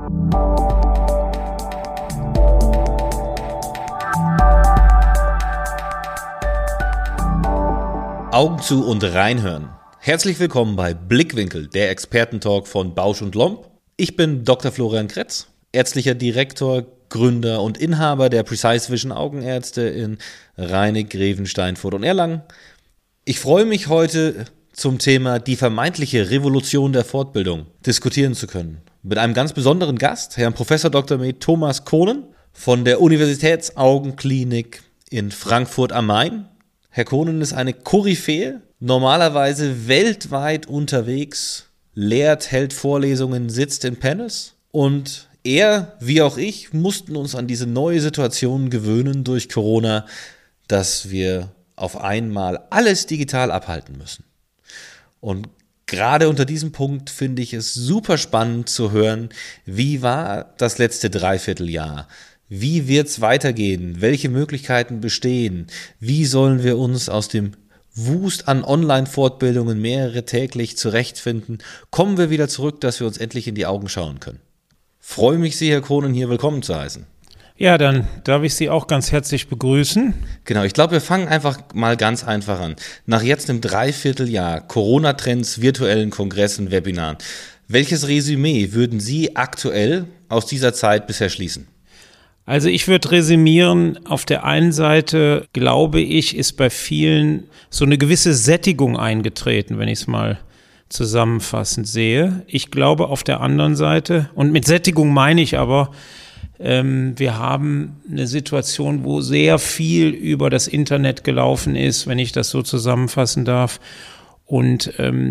Augen zu und reinhören. Herzlich willkommen bei Blickwinkel, der Expertentalk von Bausch + Lomb. Ich bin Dr. Florian Kretz, ärztlicher Direktor, Gründer und Inhaber der Precise Vision Augenärzte in Rheinig, Grevenstein, Furth und Erlangen. Ich freue mich heute zum Thema die vermeintliche Revolution der Fortbildung diskutieren zu können. Mit einem ganz besonderen Gast, Herrn Prof. Dr. med. Thomas Kohnen von der Universitätsaugenklinik in Frankfurt am Main. Herr Kohnen ist eine Koryphäe, normalerweise weltweit unterwegs, lehrt, hält Vorlesungen, sitzt in Panels. Und er, wie auch ich, mussten uns an diese neue Situation gewöhnen durch Corona, dass wir auf einmal alles digital abhalten müssen. Und gerade unter diesem Punkt finde ich es super spannend zu hören, wie war das letzte Dreivierteljahr? Wie wird es weitergehen? Welche Möglichkeiten bestehen? Wie sollen wir uns aus dem Wust an Online-Fortbildungen, mehrere täglich, zurechtfinden? Kommen wir wieder zurück, dass wir uns endlich in die Augen schauen können? Freue mich, Sie, Herr Kohnen, hier willkommen zu heißen. Ja, dann darf ich Sie auch ganz herzlich begrüßen. Genau, ich glaube, wir fangen einfach mal ganz einfach an. Nach jetzt einem Dreivierteljahr Corona-Trends, virtuellen Kongressen, Webinaren, welches Resümee würden Sie aktuell aus dieser Zeit bisher schließen? Also ich würde resümieren, auf der einen Seite, glaube ich, ist bei vielen so eine gewisse Sättigung eingetreten, wenn ich es mal zusammenfassend sehe. Ich glaube auf der anderen Seite, und mit Sättigung meine ich aber, wir haben eine Situation, wo sehr viel über das Internet gelaufen ist, wenn ich das so zusammenfassen darf, und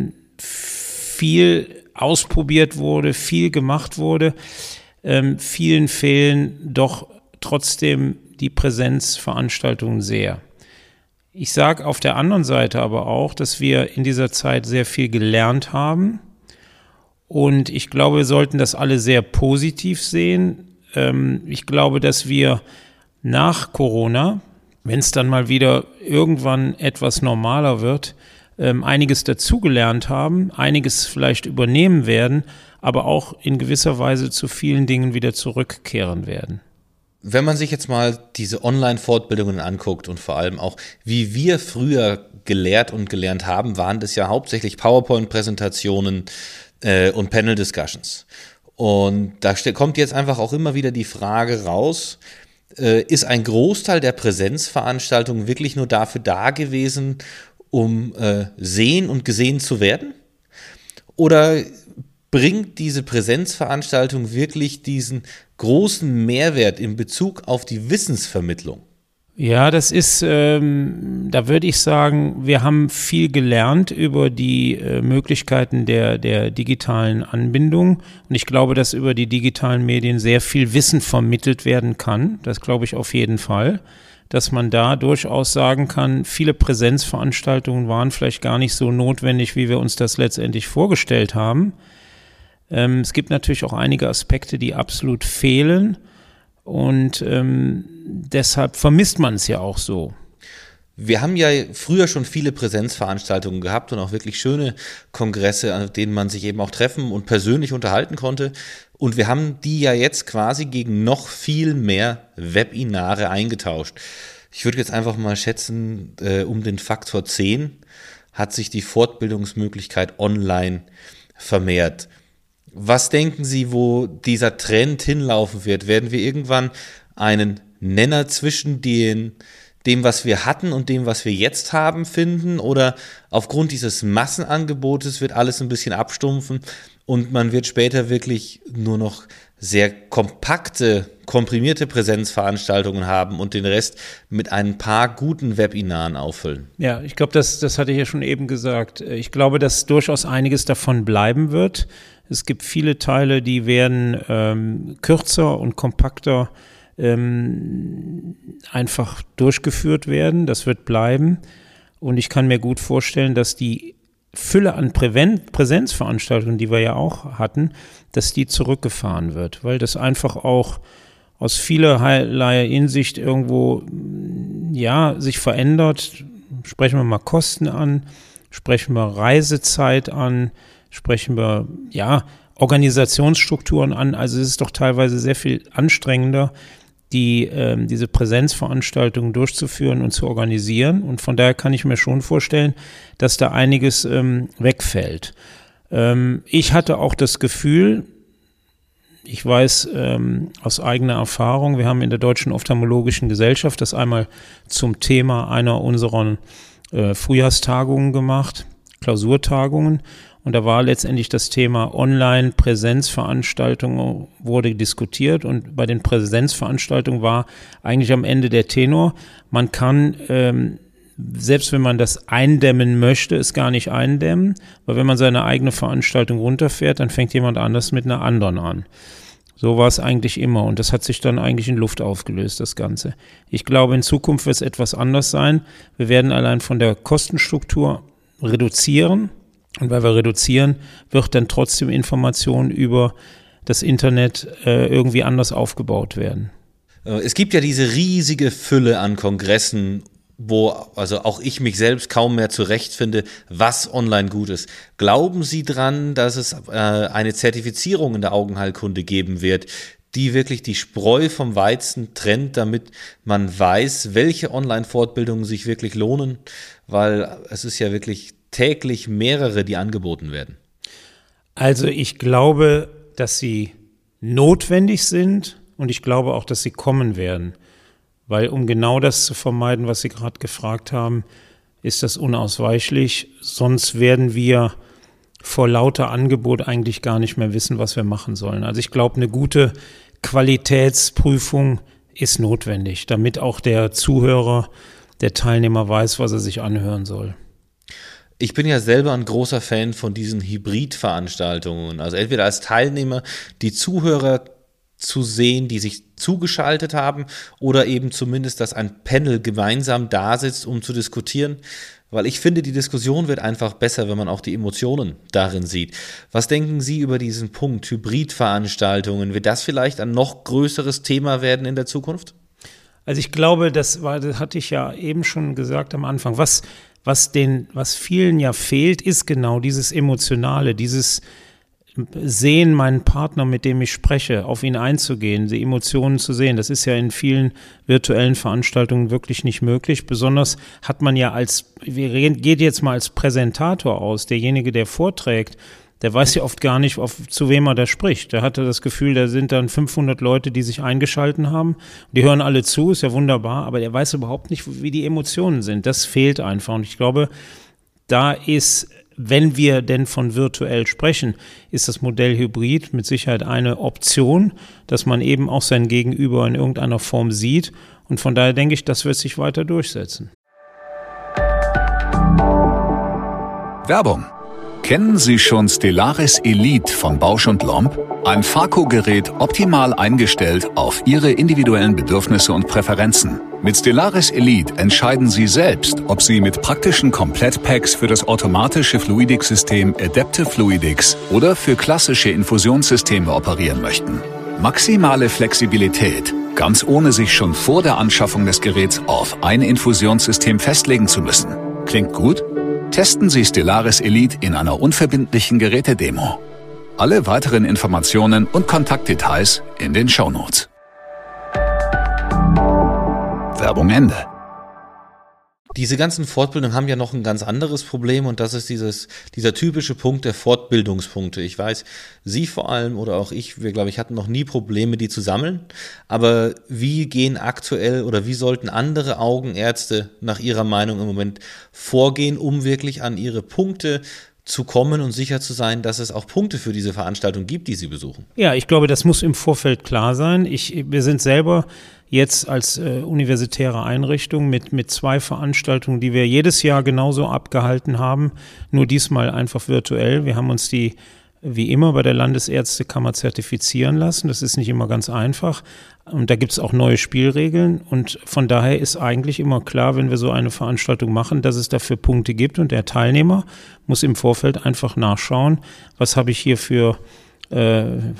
viel ausprobiert wurde, viel gemacht wurde. Vielen fehlen doch trotzdem die Präsenzveranstaltungen sehr. Ich sage auf der anderen Seite aber auch, dass wir in dieser Zeit sehr viel gelernt haben, und ich glaube, wir sollten das alle sehr positiv sehen. Ich glaube, dass wir nach Corona, wenn es dann mal wieder irgendwann etwas normaler wird, einiges dazugelernt haben, einiges vielleicht übernehmen werden, aber auch in gewisser Weise zu vielen Dingen wieder zurückkehren werden. Wenn man sich jetzt mal diese Online-Fortbildungen anguckt und vor allem auch, wie wir früher gelehrt und gelernt haben, waren das ja hauptsächlich PowerPoint-Präsentationen und Panel-Discussions. Und da kommt jetzt einfach auch immer wieder die Frage raus, ist ein Großteil der Präsenzveranstaltungen wirklich nur dafür da gewesen, um sehen und gesehen zu werden? Oder bringt diese Präsenzveranstaltung wirklich diesen großen Mehrwert in Bezug auf die Wissensvermittlung? Ja, das ist, da würde ich sagen, wir haben viel gelernt über die Möglichkeiten der digitalen Anbindung, und ich glaube, dass über die digitalen Medien sehr viel Wissen vermittelt werden kann. Das glaube ich auf jeden Fall, dass man da durchaus sagen kann, viele Präsenzveranstaltungen waren vielleicht gar nicht so notwendig, wie wir uns das letztendlich vorgestellt haben. Es gibt natürlich auch einige Aspekte, die absolut fehlen, und deshalb vermisst man es ja auch so. Wir haben ja früher schon viele Präsenzveranstaltungen gehabt und auch wirklich schöne Kongresse, an denen man sich eben auch treffen und persönlich unterhalten konnte. Und wir haben die ja jetzt quasi gegen noch viel mehr Webinare eingetauscht. Ich würde jetzt einfach mal schätzen, um den Faktor 10 hat sich die Fortbildungsmöglichkeit online vermehrt. Was denken Sie, wo dieser Trend hinlaufen wird? Werden wir irgendwann einen Nenner zwischen dem, was wir hatten und dem, was wir jetzt haben, finden? Oder aufgrund dieses Massenangebotes wird alles ein bisschen abstumpfen und man wird später wirklich nur noch sehr kompakte, komprimierte Präsenzveranstaltungen haben und den Rest mit ein paar guten Webinaren auffüllen? Ja, ich glaube, das hatte ich ja schon eben gesagt. Ich glaube, dass durchaus einiges davon bleiben wird. Es gibt viele Teile, die werden kürzer und kompakter einfach durchgeführt werden. Das wird bleiben. Und ich kann mir gut vorstellen, dass die Fülle an Präsenzveranstaltungen, die wir ja auch hatten, dass die zurückgefahren wird, weil das einfach auch aus vielerlei Hinsicht irgendwo ja sich verändert. Sprechen wir mal Kosten an, sprechen wir Reisezeit an, sprechen wir ja Organisationsstrukturen an. Also es ist doch teilweise sehr viel anstrengender, diese Präsenzveranstaltungen durchzuführen und zu organisieren. Und von daher kann ich mir schon vorstellen, dass da einiges wegfällt. Ich hatte auch das Gefühl, ich weiß aus eigener Erfahrung, wir haben in der Deutschen Ophthalmologischen Gesellschaft das einmal zum Thema einer unserer Frühjahrstagungen gemacht, Klausurtagungen. Und da war letztendlich das Thema Online-Präsenzveranstaltungen wurde diskutiert. Und bei den Präsenzveranstaltungen war eigentlich am Ende der Tenor, man kann selbst wenn man das eindämmen möchte, es gar nicht eindämmen, weil wenn man seine eigene Veranstaltung runterfährt, dann fängt jemand anders mit einer anderen an. So war es eigentlich immer und das hat sich dann eigentlich in Luft aufgelöst, das Ganze. Ich glaube, in Zukunft wird es etwas anders sein. Wir werden allein von der Kostenstruktur reduzieren und weil wir reduzieren, wird dann trotzdem Information über das Internet irgendwie anders aufgebaut werden. Es gibt ja diese riesige Fülle an Kongressen, wo also auch ich mich selbst kaum mehr zurechtfinde, was online gut ist. Glauben Sie dran, dass es eine Zertifizierung in der Augenheilkunde geben wird, die wirklich die Spreu vom Weizen trennt, damit man weiß, welche Online-Fortbildungen sich wirklich lohnen? Weil es ist ja wirklich täglich mehrere, die angeboten werden. Also ich glaube, dass sie notwendig sind und ich glaube auch, dass sie kommen werden. Weil um genau das zu vermeiden, was Sie gerade gefragt haben, ist das unausweichlich. Sonst werden wir vor lauter Angebot eigentlich gar nicht mehr wissen, was wir machen sollen. Also ich glaube, eine gute Qualitätsprüfung ist notwendig, damit auch der Zuhörer, der Teilnehmer weiß, was er sich anhören soll. Ich bin ja selber ein großer Fan von diesen Hybridveranstaltungen. Also entweder als Teilnehmer die Zuhörer zu sehen, die sich zugeschaltet haben oder eben zumindest, dass ein Panel gemeinsam da sitzt, um zu diskutieren, weil ich finde, die Diskussion wird einfach besser, wenn man auch die Emotionen darin sieht. Was denken Sie über diesen Punkt, Hybridveranstaltungen? Wird das vielleicht ein noch größeres Thema werden in der Zukunft? Also ich glaube, das hatte ich ja eben schon gesagt am Anfang, was vielen ja fehlt, ist genau dieses Emotionale, dieses Sehen, meinen Partner, mit dem ich spreche, auf ihn einzugehen, die Emotionen zu sehen. Das ist ja in vielen virtuellen Veranstaltungen wirklich nicht möglich. Besonders hat man ja geht jetzt mal als Präsentator aus, derjenige, der vorträgt, der weiß ja oft gar nicht, zu wem er da spricht. Der hatte das Gefühl, da sind dann 500 Leute, die sich eingeschalten haben. Die hören alle zu, ist ja wunderbar, aber der weiß überhaupt nicht, wie die Emotionen sind. Das fehlt einfach. Und ich glaube, da ist, wenn wir denn von virtuell sprechen, ist das Modell Hybrid mit Sicherheit eine Option, dass man eben auch sein Gegenüber in irgendeiner Form sieht. Und von daher denke ich, das wird sich weiter durchsetzen. Werbung. Kennen Sie schon Stellaris Elite von Bausch & Lomb? Ein Phaco-Gerät optimal eingestellt auf Ihre individuellen Bedürfnisse und Präferenzen. Mit Stellaris Elite entscheiden Sie selbst, ob Sie mit praktischen Komplettpacks für das automatische Fluidics-System Adaptive Fluidics oder für klassische Infusionssysteme operieren möchten. Maximale Flexibilität, ganz ohne sich schon vor der Anschaffung des Geräts auf ein Infusionssystem festlegen zu müssen. Klingt gut? Testen Sie Stellaris Elite in einer unverbindlichen Gerätedemo. Alle weiteren Informationen und Kontaktdetails in den Shownotes. Werbung Ende. Diese ganzen Fortbildungen haben ja noch ein ganz anderes Problem und das ist dieser typische Punkt der Fortbildungspunkte. Ich weiß, Sie vor allem oder auch wir glaube ich, hatten noch nie Probleme, die zu sammeln. Aber wie gehen aktuell oder wie sollten andere Augenärzte nach Ihrer Meinung im Moment vorgehen, um wirklich an ihre Punkte zu kommen und sicher zu sein, dass es auch Punkte für diese Veranstaltung gibt, die Sie besuchen? Ja, ich glaube, das muss im Vorfeld klar sein. Wir sind selber jetzt als universitäre Einrichtung mit 2 Veranstaltungen, die wir jedes Jahr genauso abgehalten haben, nur diesmal einfach virtuell. Wir haben uns die wie immer bei der Landesärztekammer zertifizieren lassen. Das ist nicht immer ganz einfach. Und da gibt es auch neue Spielregeln. Und von daher ist eigentlich immer klar, wenn wir so eine Veranstaltung machen, dass es dafür Punkte gibt. Und der Teilnehmer muss im Vorfeld einfach nachschauen, was habe ich hier für eine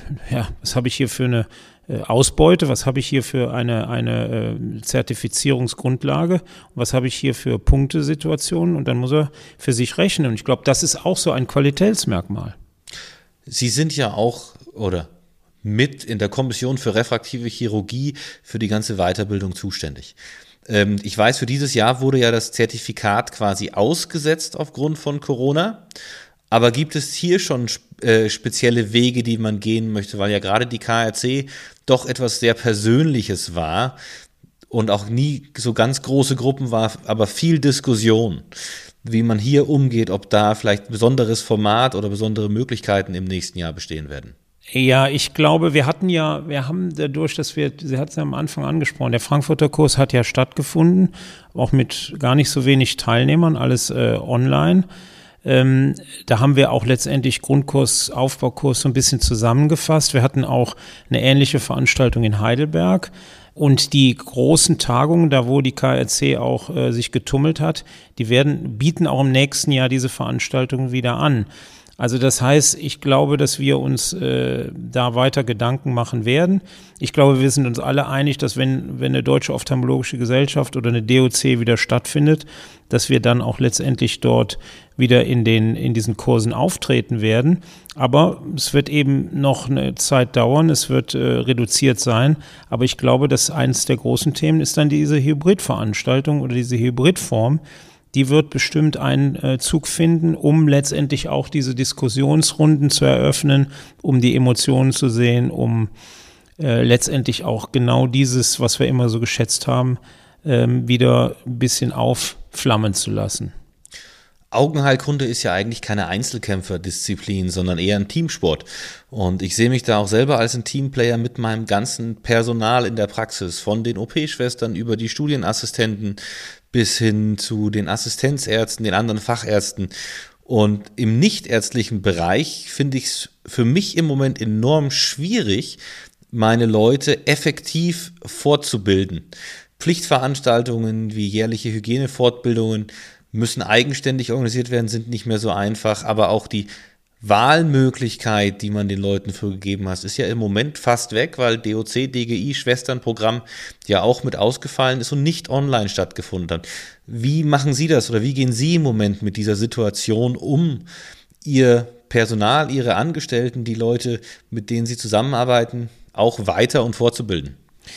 Ausbeute, was habe ich hier für eine Zertifizierungsgrundlage, was habe ich hier für Punktesituationen und dann muss er für sich rechnen. Und ich glaube, das ist auch so ein Qualitätsmerkmal. Sie sind ja auch oder mit in der Kommission für refraktive Chirurgie für die ganze Weiterbildung zuständig. Ich weiß, für dieses Jahr wurde ja das Zertifikat quasi ausgesetzt aufgrund von Corona. Aber gibt es hier schon spezielle Wege, die man gehen möchte, weil ja gerade die KRC doch etwas sehr Persönliches war und auch nie so ganz große Gruppen war, aber viel Diskussion, wie man hier umgeht, ob da vielleicht ein besonderes Format oder besondere Möglichkeiten im nächsten Jahr bestehen werden? Ja, ich glaube, wir haben dadurch, Sie hat es ja am Anfang angesprochen, der Frankfurter Kurs hat ja stattgefunden, auch mit gar nicht so wenig Teilnehmern, alles online. Da haben wir auch letztendlich Grundkurs, Aufbaukurs so ein bisschen zusammengefasst. Wir hatten auch eine ähnliche Veranstaltung in Heidelberg. Und die großen Tagungen, da wo die KRC auch sich getummelt hat, bieten auch im nächsten Jahr diese Veranstaltungen wieder an. Also das heißt, ich glaube, dass wir uns da weiter Gedanken machen werden. Ich glaube, wir sind uns alle einig, dass wenn eine Deutsche Ophthalmologische Gesellschaft oder eine DOC wieder stattfindet, dass wir dann auch letztendlich dort wieder in diesen Kursen auftreten werden. Aber es wird eben noch eine Zeit dauern, es wird reduziert sein. Aber ich glaube, dass eines der großen Themen ist dann diese Hybridveranstaltung oder diese Hybridform. Die wird bestimmt einen Zug finden, um letztendlich auch diese Diskussionsrunden zu eröffnen, um die Emotionen zu sehen, um letztendlich auch genau dieses, was wir immer so geschätzt haben, wieder ein bisschen aufflammen zu lassen. Augenheilkunde ist ja eigentlich keine Einzelkämpferdisziplin, sondern eher ein Teamsport. Und ich sehe mich da auch selber als ein Teamplayer mit meinem ganzen Personal in der Praxis, von den OP-Schwestern über die Studienassistenten bis hin zu den Assistenzärzten, den anderen Fachärzten. Und im nichtärztlichen Bereich finde ich es für mich im Moment enorm schwierig, meine Leute effektiv fortzubilden. Pflichtveranstaltungen wie jährliche Hygienefortbildungen müssen eigenständig organisiert werden, sind nicht mehr so einfach, aber auch die Wahlmöglichkeit, die man den Leuten früher gegeben hat, ist ja im Moment fast weg, weil DOC, DGI, Schwesternprogramm ja auch mit ausgefallen ist und nicht online stattgefunden hat. Wie machen Sie das oder wie gehen Sie im Moment mit dieser Situation um, Ihr Personal, Ihre Angestellten, die Leute, mit denen Sie zusammenarbeiten, auch weiter und fortzubilden?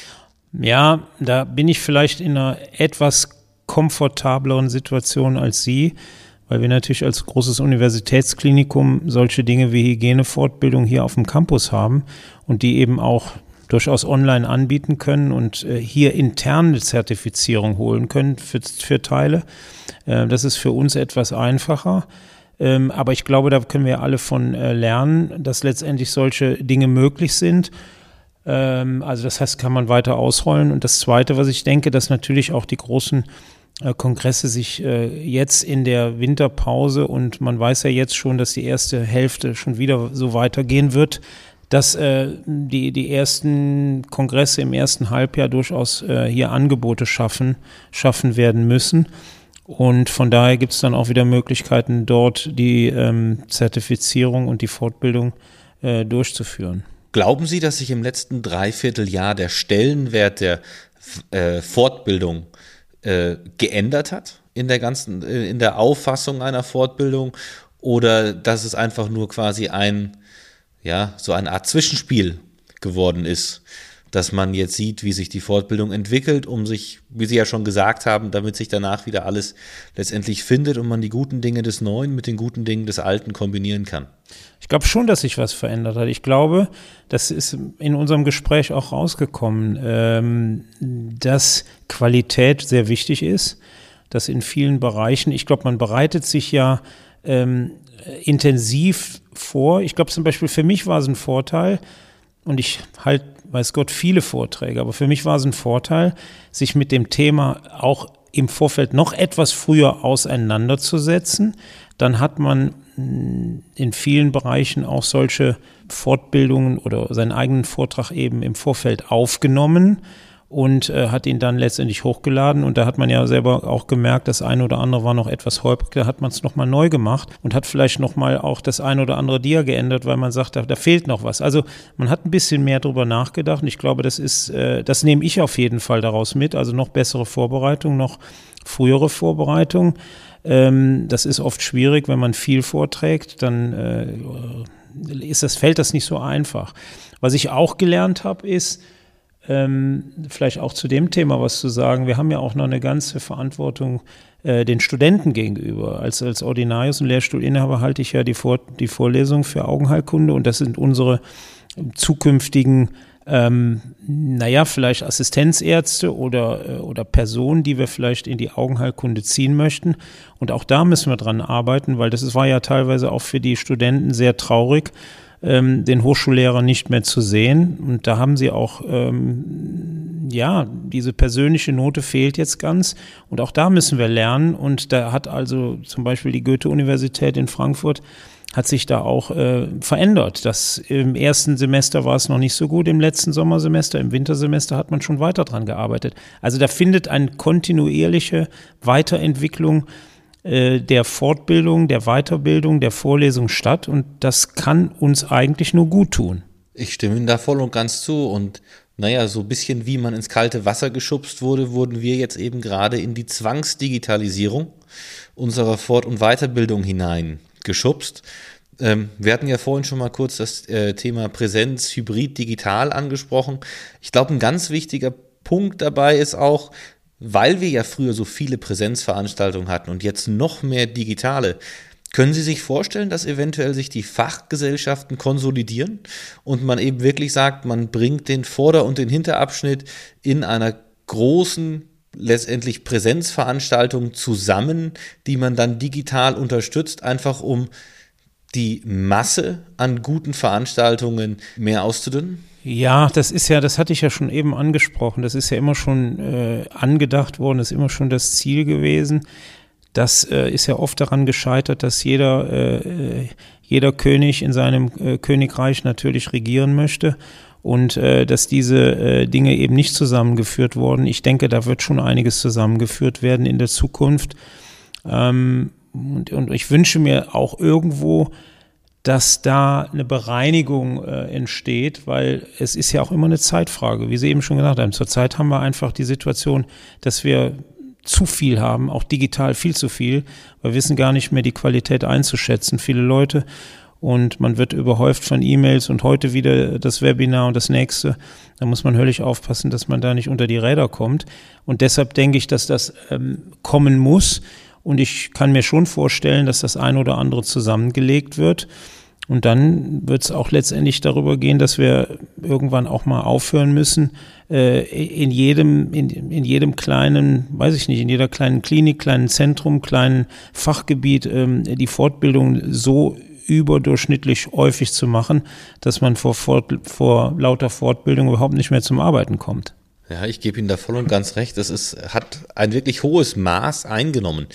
Ja, da bin ich vielleicht in einer etwas komfortableren Situation als Sie, weil wir natürlich als großes Universitätsklinikum solche Dinge wie Hygienefortbildung hier auf dem Campus haben und die eben auch durchaus online anbieten können und hier interne Zertifizierung holen können für Teile. Das ist für uns etwas einfacher. Aber ich glaube, da können wir alle von lernen, dass letztendlich solche Dinge möglich sind. Also das heißt, kann man weiter ausrollen. Und das Zweite, was ich denke, dass natürlich auch die großen Kongresse sich jetzt in der Winterpause, und man weiß ja jetzt schon, dass die erste Hälfte schon wieder so weitergehen wird, dass die ersten Kongresse im ersten Halbjahr durchaus hier Angebote schaffen werden müssen. Und von daher gibt es dann auch wieder Möglichkeiten, dort die Zertifizierung und die Fortbildung durchzuführen. Glauben Sie, dass sich im letzten Dreivierteljahr der Stellenwert der Fortbildung geändert hat in der Auffassung einer Fortbildung, oder dass es einfach nur quasi so eine Art Zwischenspiel geworden ist, dass man jetzt sieht, wie sich die Fortbildung entwickelt, um sich, wie Sie ja schon gesagt haben, damit sich danach wieder alles letztendlich findet und man die guten Dinge des Neuen mit den guten Dingen des Alten kombinieren kann? Ich glaube schon, dass sich was verändert hat. Ich glaube, das ist in unserem Gespräch auch rausgekommen, dass Qualität sehr wichtig ist, dass in vielen Bereichen, ich glaube, man bereitet sich ja intensiv vor. Ich glaube zum Beispiel, für mich war es ein Vorteil, und ich halte, weiß Gott, viele Vorträge, aber für mich war es ein Vorteil, sich mit dem Thema auch im Vorfeld noch etwas früher auseinanderzusetzen. Dann hat man in vielen Bereichen auch solche Fortbildungen oder seinen eigenen Vortrag eben im Vorfeld aufgenommen und hat ihn dann letztendlich hochgeladen. Und da hat man ja selber auch gemerkt, das eine oder andere war noch etwas holprig, da hat man es nochmal neu gemacht und hat vielleicht nochmal auch das eine oder andere Dia geändert, weil man sagt, da fehlt noch was. Also man hat ein bisschen mehr drüber nachgedacht und ich glaube, das nehme ich auf jeden Fall daraus mit, also noch bessere Vorbereitung, noch frühere Vorbereitung. Das ist oft schwierig, wenn man viel vorträgt, dann fällt das nicht so einfach. Was ich auch gelernt habe, ist, vielleicht auch zu dem Thema was zu sagen, wir haben ja auch noch eine ganze Verantwortung den Studenten gegenüber. Als Ordinarius und Lehrstuhlinhaber halte ich ja die Vorlesung für Augenheilkunde und das sind unsere zukünftigen vielleicht Assistenzärzte oder Personen, die wir vielleicht in die Augenheilkunde ziehen möchten. Und auch da müssen wir dran arbeiten, weil war ja teilweise auch für die Studenten sehr traurig, den Hochschullehrer nicht mehr zu sehen. Und da haben sie auch, diese persönliche Note fehlt jetzt ganz. Und auch da müssen wir lernen. Und da hat also zum Beispiel die Goethe-Universität in Frankfurt hat sich da auch verändert. Im ersten Semester war es noch nicht so gut, im letzten Sommersemester, im Wintersemester hat man schon weiter dran gearbeitet. Also da findet eine kontinuierliche Weiterentwicklung der Fortbildung, der Weiterbildung, der Vorlesung statt und das kann uns eigentlich nur gut tun. Ich stimme Ihnen da voll und ganz zu und so ein bisschen wie man ins kalte Wasser geschubst wurde, wurden wir jetzt eben gerade in die Zwangsdigitalisierung unserer Fort- und Weiterbildung hineingeschubst. Wir hatten ja vorhin schon mal kurz das Thema Präsenz, Hybrid, Digital angesprochen. Ich glaube, ein ganz wichtiger Punkt dabei ist auch, weil wir ja früher so viele Präsenzveranstaltungen hatten und jetzt noch mehr digitale, können Sie sich vorstellen, dass eventuell sich die Fachgesellschaften konsolidieren und man eben wirklich sagt, man bringt den Vorder- und den Hinterabschnitt in einer großen, letztendlich Präsenzveranstaltung zusammen, die man dann digital unterstützt, einfach um die Masse an guten Veranstaltungen mehr auszudünnen? Ja, das hatte ich ja schon eben angesprochen. Das ist ja immer schon angedacht worden, das ist immer schon das Ziel gewesen. Das ist ja oft daran gescheitert, dass jeder König in seinem Königreich natürlich regieren möchte und dass diese Dinge eben nicht zusammengeführt wurden. Ich denke, da wird schon einiges zusammengeführt werden in der Zukunft. Und ich wünsche mir auch irgendwo, dass da eine Bereinigung entsteht, weil es ist ja auch immer eine Zeitfrage, wie Sie eben schon gesagt haben. Zurzeit haben wir einfach die Situation, dass wir zu viel haben, auch digital viel zu viel. Wir wissen gar nicht mehr die Qualität einzuschätzen, viele Leute. Und man wird überhäuft von E-Mails und heute wieder das Webinar und das nächste. Da muss man höllisch aufpassen, dass man da nicht unter die Räder kommt. Und deshalb denke ich, dass das kommen muss. Und ich kann mir schon vorstellen, dass das ein oder andere zusammengelegt wird. Und dann wird es auch letztendlich darüber gehen, dass wir irgendwann auch mal aufhören müssen, in jedem kleinen, weiß ich nicht, in jeder kleinen Klinik, kleinen Zentrum, kleinen Fachgebiet die Fortbildung so überdurchschnittlich häufig zu machen, dass man vor lauter Fortbildung überhaupt nicht mehr zum Arbeiten kommt. Ja, ich gebe Ihnen da voll und ganz recht. Hat ein wirklich hohes Maß eingenommen.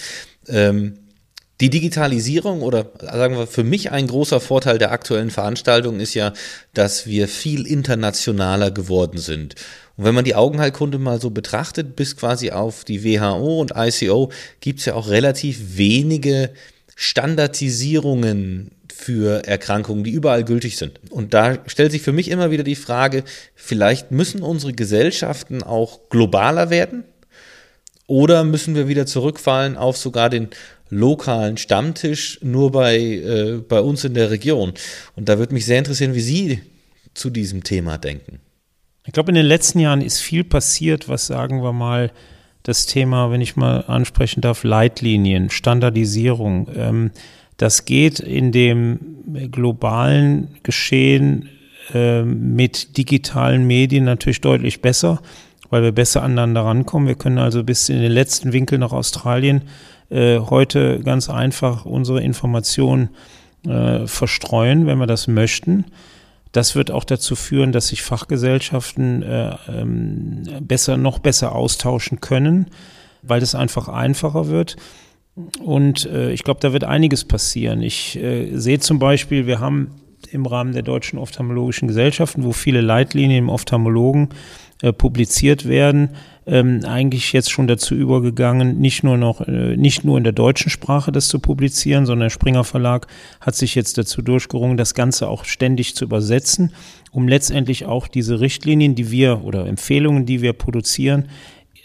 Die Digitalisierung oder sagen wir für mich ein großer Vorteil der aktuellen Veranstaltung ist ja, dass wir viel internationaler geworden sind. Und wenn man die Augenheilkunde mal so betrachtet, bis quasi auf die WHO und ICO, gibt es ja auch relativ wenige Standardisierungen für Erkrankungen, die überall gültig sind. Und da stellt sich für mich immer wieder die Frage, vielleicht müssen unsere Gesellschaften auch globaler werden oder müssen wir wieder zurückfallen auf sogar den lokalen Stammtisch nur bei uns in der Region. Und da würde mich sehr interessieren, wie Sie zu diesem Thema denken. Ich glaube, in den letzten Jahren ist viel passiert, was, sagen wir mal, das Thema, wenn ich mal ansprechen darf, Leitlinien, Standardisierung, das geht in dem globalen Geschehen mit digitalen Medien natürlich deutlich besser, weil wir besser aneinander rankommen. Wir können also bis in den letzten Winkel nach Australien heute ganz einfach unsere Informationen verstreuen, wenn wir das möchten. Das wird auch dazu führen, dass sich Fachgesellschaften noch besser austauschen können, weil das einfach einfacher wird. Und ich glaube, da wird einiges passieren. Ich sehe zum Beispiel, wir haben im Rahmen der Deutschen Ophthalmologischen Gesellschaften, wo viele Leitlinien im Ophthalmologen publiziert werden, eigentlich jetzt schon dazu übergegangen, nicht nur in der deutschen Sprache das zu publizieren, sondern der Springer Verlag hat sich jetzt dazu durchgerungen, das Ganze auch ständig zu übersetzen, um letztendlich auch diese Richtlinien, oder Empfehlungen, die wir produzieren,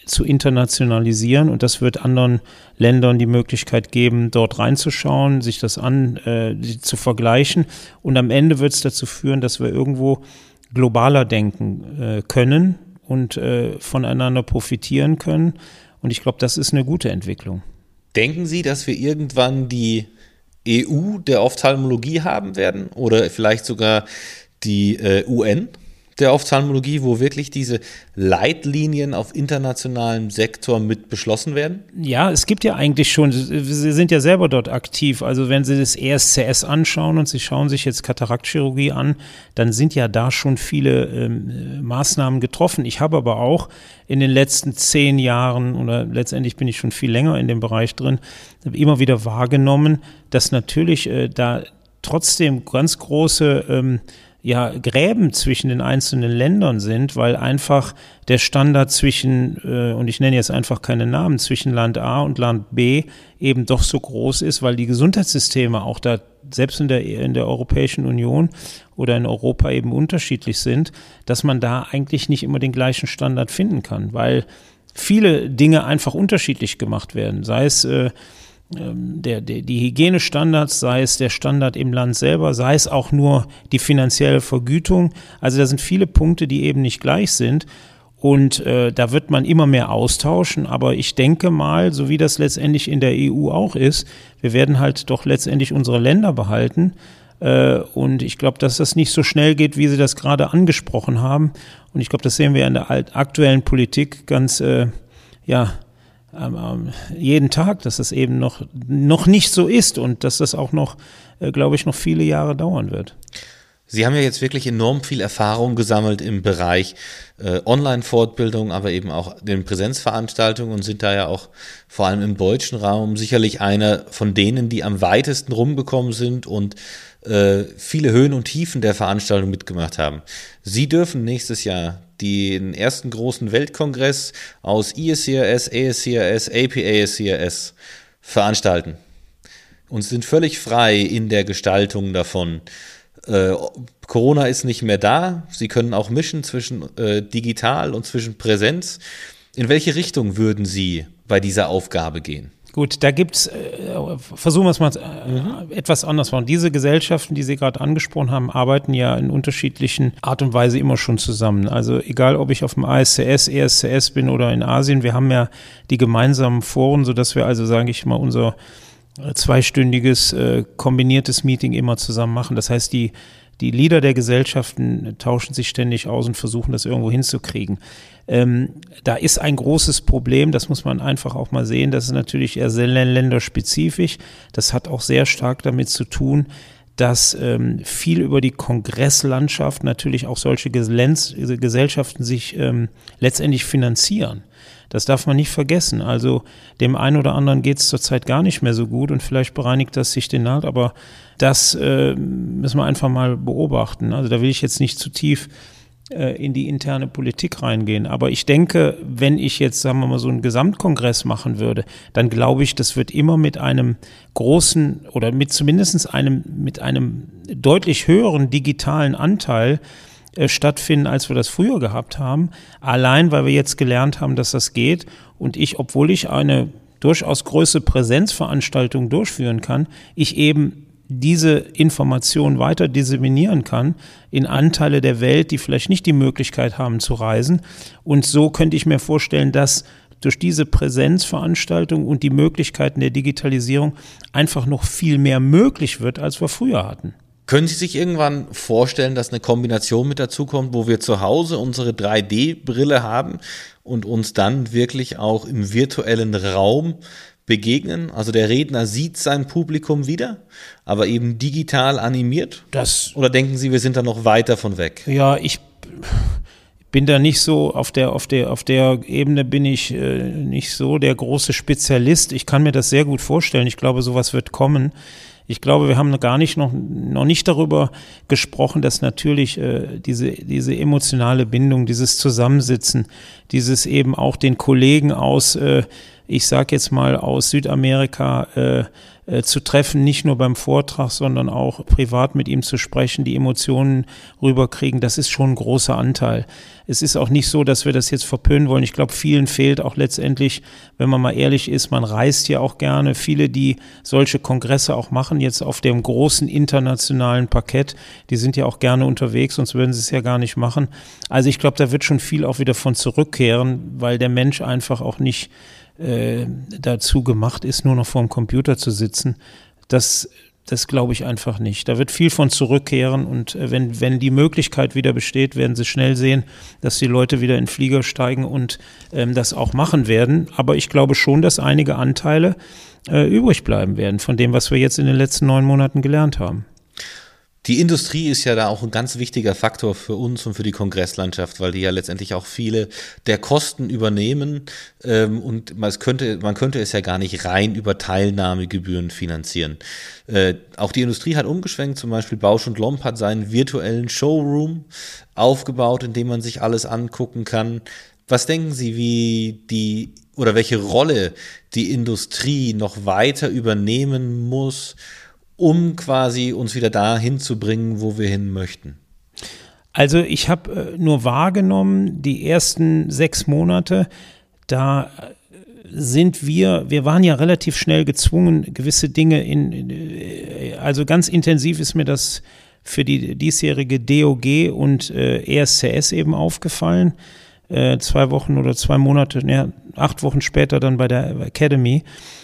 zu internationalisieren, und das wird anderen Ländern die Möglichkeit geben, dort reinzuschauen, sich das zu vergleichen, und am Ende wird es dazu führen, dass wir irgendwo globaler denken können und voneinander profitieren können, und ich glaube, das ist eine gute Entwicklung. Denken Sie, dass wir irgendwann die EU der Ophthalmologie haben werden oder vielleicht sogar die UN der Ophthalmologie, wo wirklich diese Leitlinien auf internationalem Sektor mit beschlossen werden? Ja, es gibt ja eigentlich schon, Sie sind ja selber dort aktiv, also wenn Sie das ESCS anschauen und Sie schauen sich jetzt Kataraktchirurgie an, dann sind ja da schon viele Maßnahmen getroffen. Ich habe aber auch in den letzten 10 Jahren, oder letztendlich bin ich schon viel länger in dem Bereich drin, immer wieder wahrgenommen, dass natürlich da trotzdem ganz große Gräben zwischen den einzelnen Ländern sind, weil einfach der Standard zwischen, und ich nenne jetzt einfach keine Namen, zwischen Land A und Land B eben doch so groß ist, weil die Gesundheitssysteme auch da selbst in der Europäischen Union oder in Europa eben unterschiedlich sind, dass man da eigentlich nicht immer den gleichen Standard finden kann, weil viele Dinge einfach unterschiedlich gemacht werden, sei es die Hygienestandards, sei es der Standard im Land selber, sei es auch nur die finanzielle Vergütung. Also da sind viele Punkte, die eben nicht gleich sind, und da wird man immer mehr austauschen, aber ich denke mal, so wie das letztendlich in der EU auch ist, wir werden halt doch letztendlich unsere Länder behalten, und ich glaube, dass das nicht so schnell geht, wie Sie das gerade angesprochen haben, und ich glaube, das sehen wir in der aktuellen Politik ganz, jeden Tag, dass das eben noch nicht so ist und dass das auch noch, glaube ich, noch viele Jahre dauern wird. Sie haben ja jetzt wirklich enorm viel Erfahrung gesammelt im Bereich Online-Fortbildung, aber eben auch den Präsenzveranstaltungen, und sind da ja auch vor allem im deutschen Raum sicherlich einer von denen, die am weitesten rumgekommen sind und viele Höhen und Tiefen der Veranstaltung mitgemacht haben. Sie dürfen nächstes Jahr den ersten großen Weltkongress aus ISCRS, ASCRS, APASCRS veranstalten und sind völlig frei in der Gestaltung davon. Corona ist nicht mehr da. Sie können auch mischen zwischen digital und zwischen Präsenz. In welche Richtung würden Sie bei dieser Aufgabe gehen? Gut, da gibt's, versuchen wir es mal etwas anders machen. Diese Gesellschaften, die Sie gerade angesprochen haben, arbeiten ja in unterschiedlichen Art und Weise immer schon zusammen. Also egal, ob ich auf dem ASCS, ESCS bin oder in Asien, wir haben ja die gemeinsamen Foren, sodass wir also, sage ich mal, unser zweistündiges kombiniertes Meeting immer zusammen machen. Das heißt, die Leader der Gesellschaften tauschen sich ständig aus und versuchen, das irgendwo hinzukriegen. Da ist ein großes Problem, das muss man einfach auch mal sehen, das ist natürlich eher sehr länderspezifisch. Das hat auch sehr stark damit zu tun, dass viel über die Kongresslandschaft natürlich auch solche Gesellschaften sich letztendlich finanzieren. Das darf man nicht vergessen. Also dem einen oder anderen geht es zurzeit gar nicht mehr so gut und vielleicht bereinigt das sich den Markt, aber das müssen wir einfach mal beobachten. Also da will ich jetzt nicht zu tief in die interne Politik reingehen. Aber ich denke, wenn ich jetzt, sagen wir mal, so einen Gesamtkongress machen würde, dann glaube ich, das wird immer mit einem großen oder mit zumindest mit einem deutlich höheren digitalen Anteil stattfinden, als wir das früher gehabt haben. Allein, weil wir jetzt gelernt haben, dass das geht. Und ich, obwohl ich eine durchaus größere Präsenzveranstaltung durchführen kann, ich eben diese Information weiter disseminieren kann in Anteile der Welt, die vielleicht nicht die Möglichkeit haben zu reisen. Und so könnte ich mir vorstellen, dass durch diese Präsenzveranstaltung und die Möglichkeiten der Digitalisierung einfach noch viel mehr möglich wird, als wir früher hatten. Können Sie sich irgendwann vorstellen, dass eine Kombination mit dazu kommt, wo wir zu Hause unsere 3D-Brille haben und uns dann wirklich auch im virtuellen Raum begegnen? Also der Redner sieht sein Publikum wieder, aber eben digital animiert? Oder denken Sie, wir sind da noch weit davon weg? Ja, ich bin da nicht so, auf der Ebene bin ich nicht so der große Spezialist. Ich kann mir das sehr gut vorstellen. Ich glaube, sowas wird kommen. Ich glaube, wir haben noch nicht darüber gesprochen, dass natürlich diese emotionale Bindung, dieses Zusammensitzen, dieses eben auch den Kollegen aus ich sage jetzt mal aus Südamerika zu treffen, nicht nur beim Vortrag, sondern auch privat mit ihm zu sprechen, die Emotionen rüberkriegen, das ist schon ein großer Anteil. Es ist auch nicht so, dass wir das jetzt verpönen wollen. Ich glaube, vielen fehlt auch letztendlich, wenn man mal ehrlich ist, man reist ja auch gerne. Viele, die solche Kongresse auch machen, jetzt auf dem großen internationalen Parkett, die sind ja auch gerne unterwegs, sonst würden sie es ja gar nicht machen. Also ich glaube, da wird schon viel auch wieder von zurückkehren, weil der Mensch einfach auch nicht dazu gemacht ist, nur noch vor dem Computer zu sitzen. Das glaube ich einfach nicht. Da wird viel von zurückkehren und wenn die Möglichkeit wieder besteht, werden Sie schnell sehen, dass die Leute wieder in den Flieger steigen und das auch machen werden. Aber ich glaube schon, dass einige Anteile übrig bleiben werden von dem, was wir jetzt in den letzten 9 Monaten gelernt haben. Die Industrie ist ja da auch ein ganz wichtiger Faktor für uns und für die Kongresslandschaft, weil die ja letztendlich auch viele der Kosten übernehmen und man könnte es ja gar nicht rein über Teilnahmegebühren finanzieren. Auch die Industrie hat umgeschwenkt, zum Beispiel Bausch & Lomb hat seinen virtuellen Showroom aufgebaut, in dem man sich alles angucken kann. Was denken Sie, welche Rolle die Industrie noch weiter übernehmen muss, um quasi uns wieder dahin zu bringen, wo wir hin möchten? Also ich habe nur wahrgenommen, die ersten 6 Monate, da sind wir waren ja relativ schnell gezwungen, gewisse Dinge also ganz intensiv ist mir das für die diesjährige DOG und ESCS eben aufgefallen. 2 Wochen oder 2 Monate, 8 Wochen später dann bei der Academy.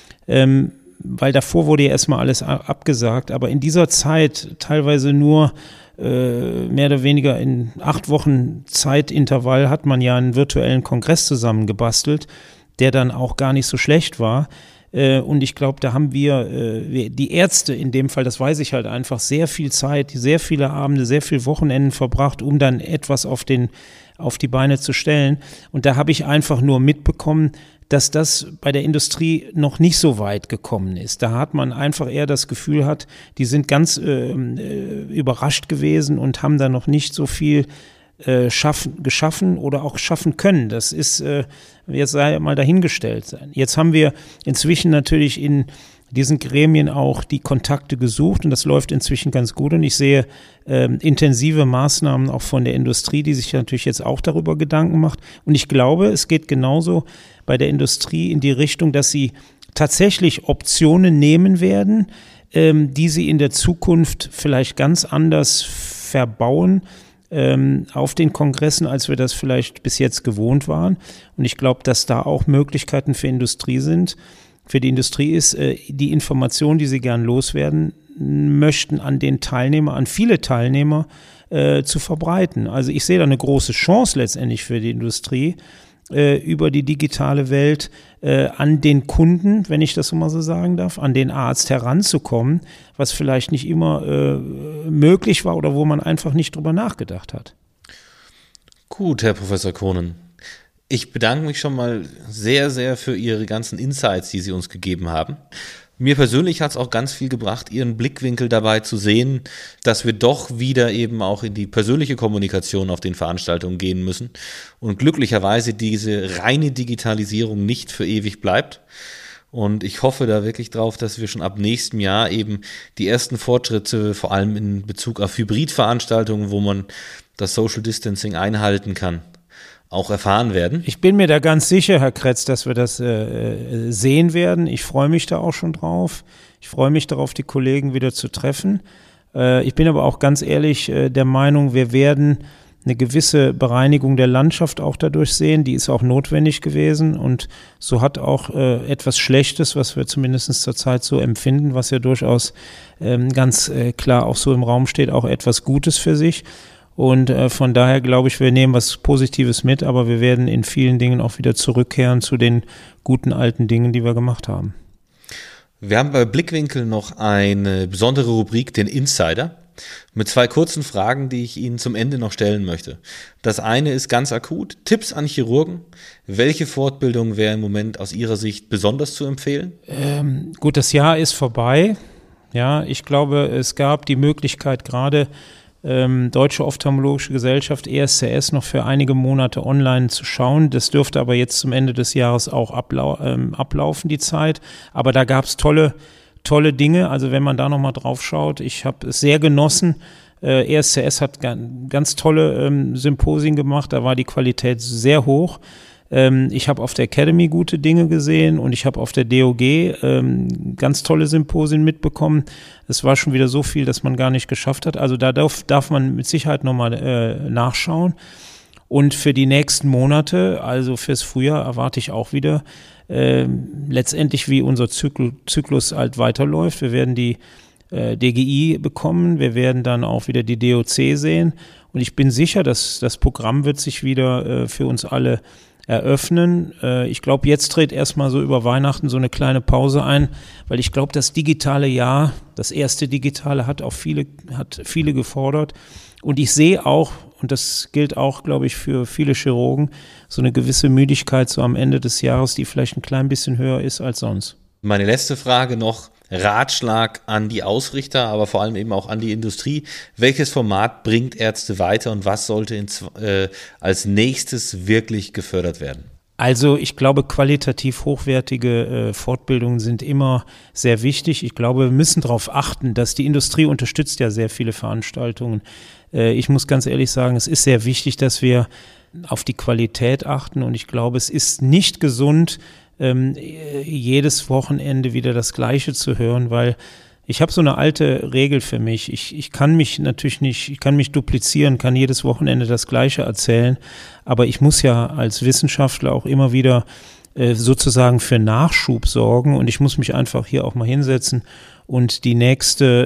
Weil davor wurde ja erstmal alles abgesagt, aber in dieser Zeit teilweise nur mehr oder weniger in 8 Wochen Zeitintervall hat man ja einen virtuellen Kongress zusammengebastelt, der dann auch gar nicht so schlecht war. Und ich glaube, da haben wir die Ärzte in dem Fall, das weiß ich halt einfach, sehr viel Zeit, sehr viele Abende, sehr viele Wochenenden verbracht, um dann etwas auf die Beine zu stellen. Und da habe ich einfach nur mitbekommen, dass das bei der Industrie noch nicht so weit gekommen ist. Da hat man einfach eher das Gefühl die sind ganz überrascht gewesen und haben da noch nicht so viel geschaffen oder auch schaffen können. Das ist jetzt sei mal dahingestellt sein. Jetzt haben wir inzwischen natürlich in diesen Gremien auch die Kontakte gesucht und das läuft inzwischen ganz gut und ich sehe intensive Maßnahmen auch von der Industrie, die sich natürlich jetzt auch darüber Gedanken macht und ich glaube, es geht genauso bei der Industrie in die Richtung, dass sie tatsächlich Optionen nehmen werden, die sie in der Zukunft vielleicht ganz anders verbauen auf den Kongressen, als wir das vielleicht bis jetzt gewohnt waren und ich glaube, dass da auch Möglichkeiten für die Industrie ist, die Informationen, die sie gern loswerden möchten, an viele Teilnehmer zu verbreiten. Also ich sehe da eine große Chance letztendlich für die Industrie, über die digitale Welt an den Kunden, wenn ich das so mal so sagen darf, an den Arzt heranzukommen, was vielleicht nicht immer möglich war oder wo man einfach nicht drüber nachgedacht hat. Gut, Herr Professor Kohnen. Ich bedanke mich schon mal sehr, sehr für Ihre ganzen Insights, die Sie uns gegeben haben. Mir persönlich hat es auch ganz viel gebracht, Ihren Blickwinkel dabei zu sehen, dass wir doch wieder eben auch in die persönliche Kommunikation auf den Veranstaltungen gehen müssen und glücklicherweise diese reine Digitalisierung nicht für ewig bleibt. Und ich hoffe da wirklich drauf, dass wir schon ab nächstem Jahr eben die ersten Fortschritte, vor allem in Bezug auf Hybridveranstaltungen, wo man das Social Distancing einhalten kann, auch erfahren werden. Ich bin mir da ganz sicher, Herr Kretz, dass wir das sehen werden. Ich freue mich da auch schon drauf. Ich freue mich darauf, die Kollegen wieder zu treffen. Ich bin aber auch ganz ehrlich der Meinung, wir werden eine gewisse Bereinigung der Landschaft auch dadurch sehen. Die ist auch notwendig gewesen und so hat auch etwas Schlechtes, was wir zumindest zurzeit so empfinden, was ja durchaus ganz klar auch so im Raum steht, auch etwas Gutes für sich. Und von daher glaube ich, wir nehmen was Positives mit, aber wir werden in vielen Dingen auch wieder zurückkehren zu den guten alten Dingen, die wir gemacht haben. Wir haben bei Blickwinkel noch eine besondere Rubrik, den Insider, mit 2 kurzen Fragen, die ich Ihnen zum Ende noch stellen möchte. Das eine ist ganz akut, Tipps an Chirurgen. Welche Fortbildung wäre im Moment aus Ihrer Sicht besonders zu empfehlen? Gut, das Jahr ist vorbei. Ja, ich glaube, es gab die Möglichkeit gerade Deutsche Ophthalmologische Gesellschaft, ESCS, noch für einige Monate online zu schauen. Das dürfte aber jetzt zum Ende des Jahres auch ablaufen, die Zeit. Aber da gab es tolle Dinge. Also wenn man da nochmal drauf schaut, ich habe es sehr genossen. ESCS hat ganz tolle Symposien gemacht. Da war die Qualität sehr hoch. Ich habe auf der Academy gute Dinge gesehen und ich habe auf der DOG ganz tolle Symposien mitbekommen. Es war schon wieder so viel, dass man gar nicht geschafft hat. Also da darf man mit Sicherheit nochmal nachschauen. Und für die nächsten Monate, also fürs Frühjahr, erwarte ich auch wieder letztendlich, wie unser Zyklus halt weiterläuft. Wir werden die DGI bekommen, wir werden dann auch wieder die DOC sehen. Und ich bin sicher, dass das Programm wird sich wieder für uns alle eröffnen. Ich glaube, jetzt tritt erstmal so über Weihnachten so eine kleine Pause ein, weil ich glaube, das digitale Jahr, das erste digitale, hat viele gefordert. Und ich sehe auch, und das gilt auch, glaube ich, für viele Chirurgen, so eine gewisse Müdigkeit so am Ende des Jahres, die vielleicht ein klein bisschen höher ist als sonst. Meine letzte Frage noch, Ratschlag an die Ausrichter, aber vor allem eben auch an die Industrie. Welches Format bringt Ärzte weiter und was sollte als nächstes wirklich gefördert werden? Also ich glaube, qualitativ hochwertige Fortbildungen sind immer sehr wichtig. Ich glaube, wir müssen darauf achten, dass die Industrie unterstützt ja sehr viele Veranstaltungen. Ich muss ganz ehrlich sagen, es ist sehr wichtig, dass wir auf die Qualität achten und ich glaube, es ist nicht gesund, jedes Wochenende wieder das Gleiche zu hören, weil ich habe so eine alte Regel für mich. Ich kann mich natürlich nicht, ich kann mich duplizieren, kann jedes Wochenende das Gleiche erzählen, aber ich muss ja als Wissenschaftler auch immer wieder sozusagen für Nachschub sorgen und ich muss mich einfach hier auch mal hinsetzen und die nächste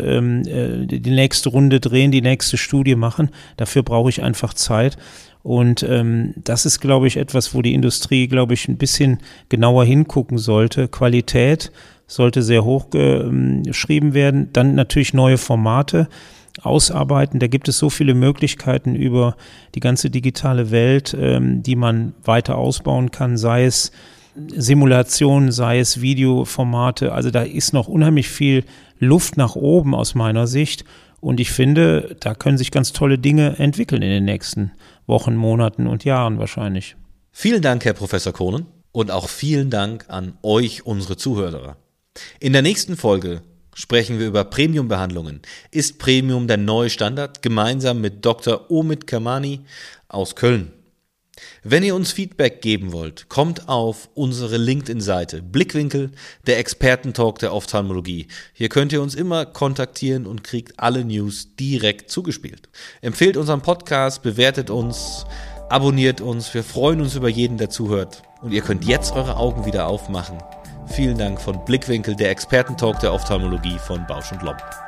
Runde drehen, die nächste Studie machen. Dafür brauche ich einfach Zeit. Und das ist, glaube ich, etwas, wo die Industrie, glaube ich, ein bisschen genauer hingucken sollte. Qualität sollte sehr hoch geschrieben werden. Dann natürlich neue Formate ausarbeiten. Da gibt es so viele Möglichkeiten über die ganze digitale Welt, die man weiter ausbauen kann, sei es Simulationen, sei es Videoformate. Also da ist noch unheimlich viel Luft nach oben aus meiner Sicht. Und ich finde, da können sich ganz tolle Dinge entwickeln in den nächsten Wochen, Monaten und Jahren wahrscheinlich. Vielen Dank, Herr Professor Kohnen, und auch vielen Dank an euch, unsere Zuhörer. In der nächsten Folge sprechen wir über Premium-Behandlungen. Ist Premium der neue Standard? Gemeinsam mit Dr. Omid Kamani aus Köln. Wenn ihr uns Feedback geben wollt, kommt auf unsere LinkedIn-Seite Blickwinkel, der Expertentalk der Ophthalmologie. Hier könnt ihr uns immer kontaktieren und kriegt alle News direkt zugespielt. Empfehlt unseren Podcast, bewertet uns, abonniert uns. Wir freuen uns über jeden, der zuhört. Und ihr könnt jetzt eure Augen wieder aufmachen. Vielen Dank von Blickwinkel, der Expertentalk der Ophthalmologie von Bausch + Lomb.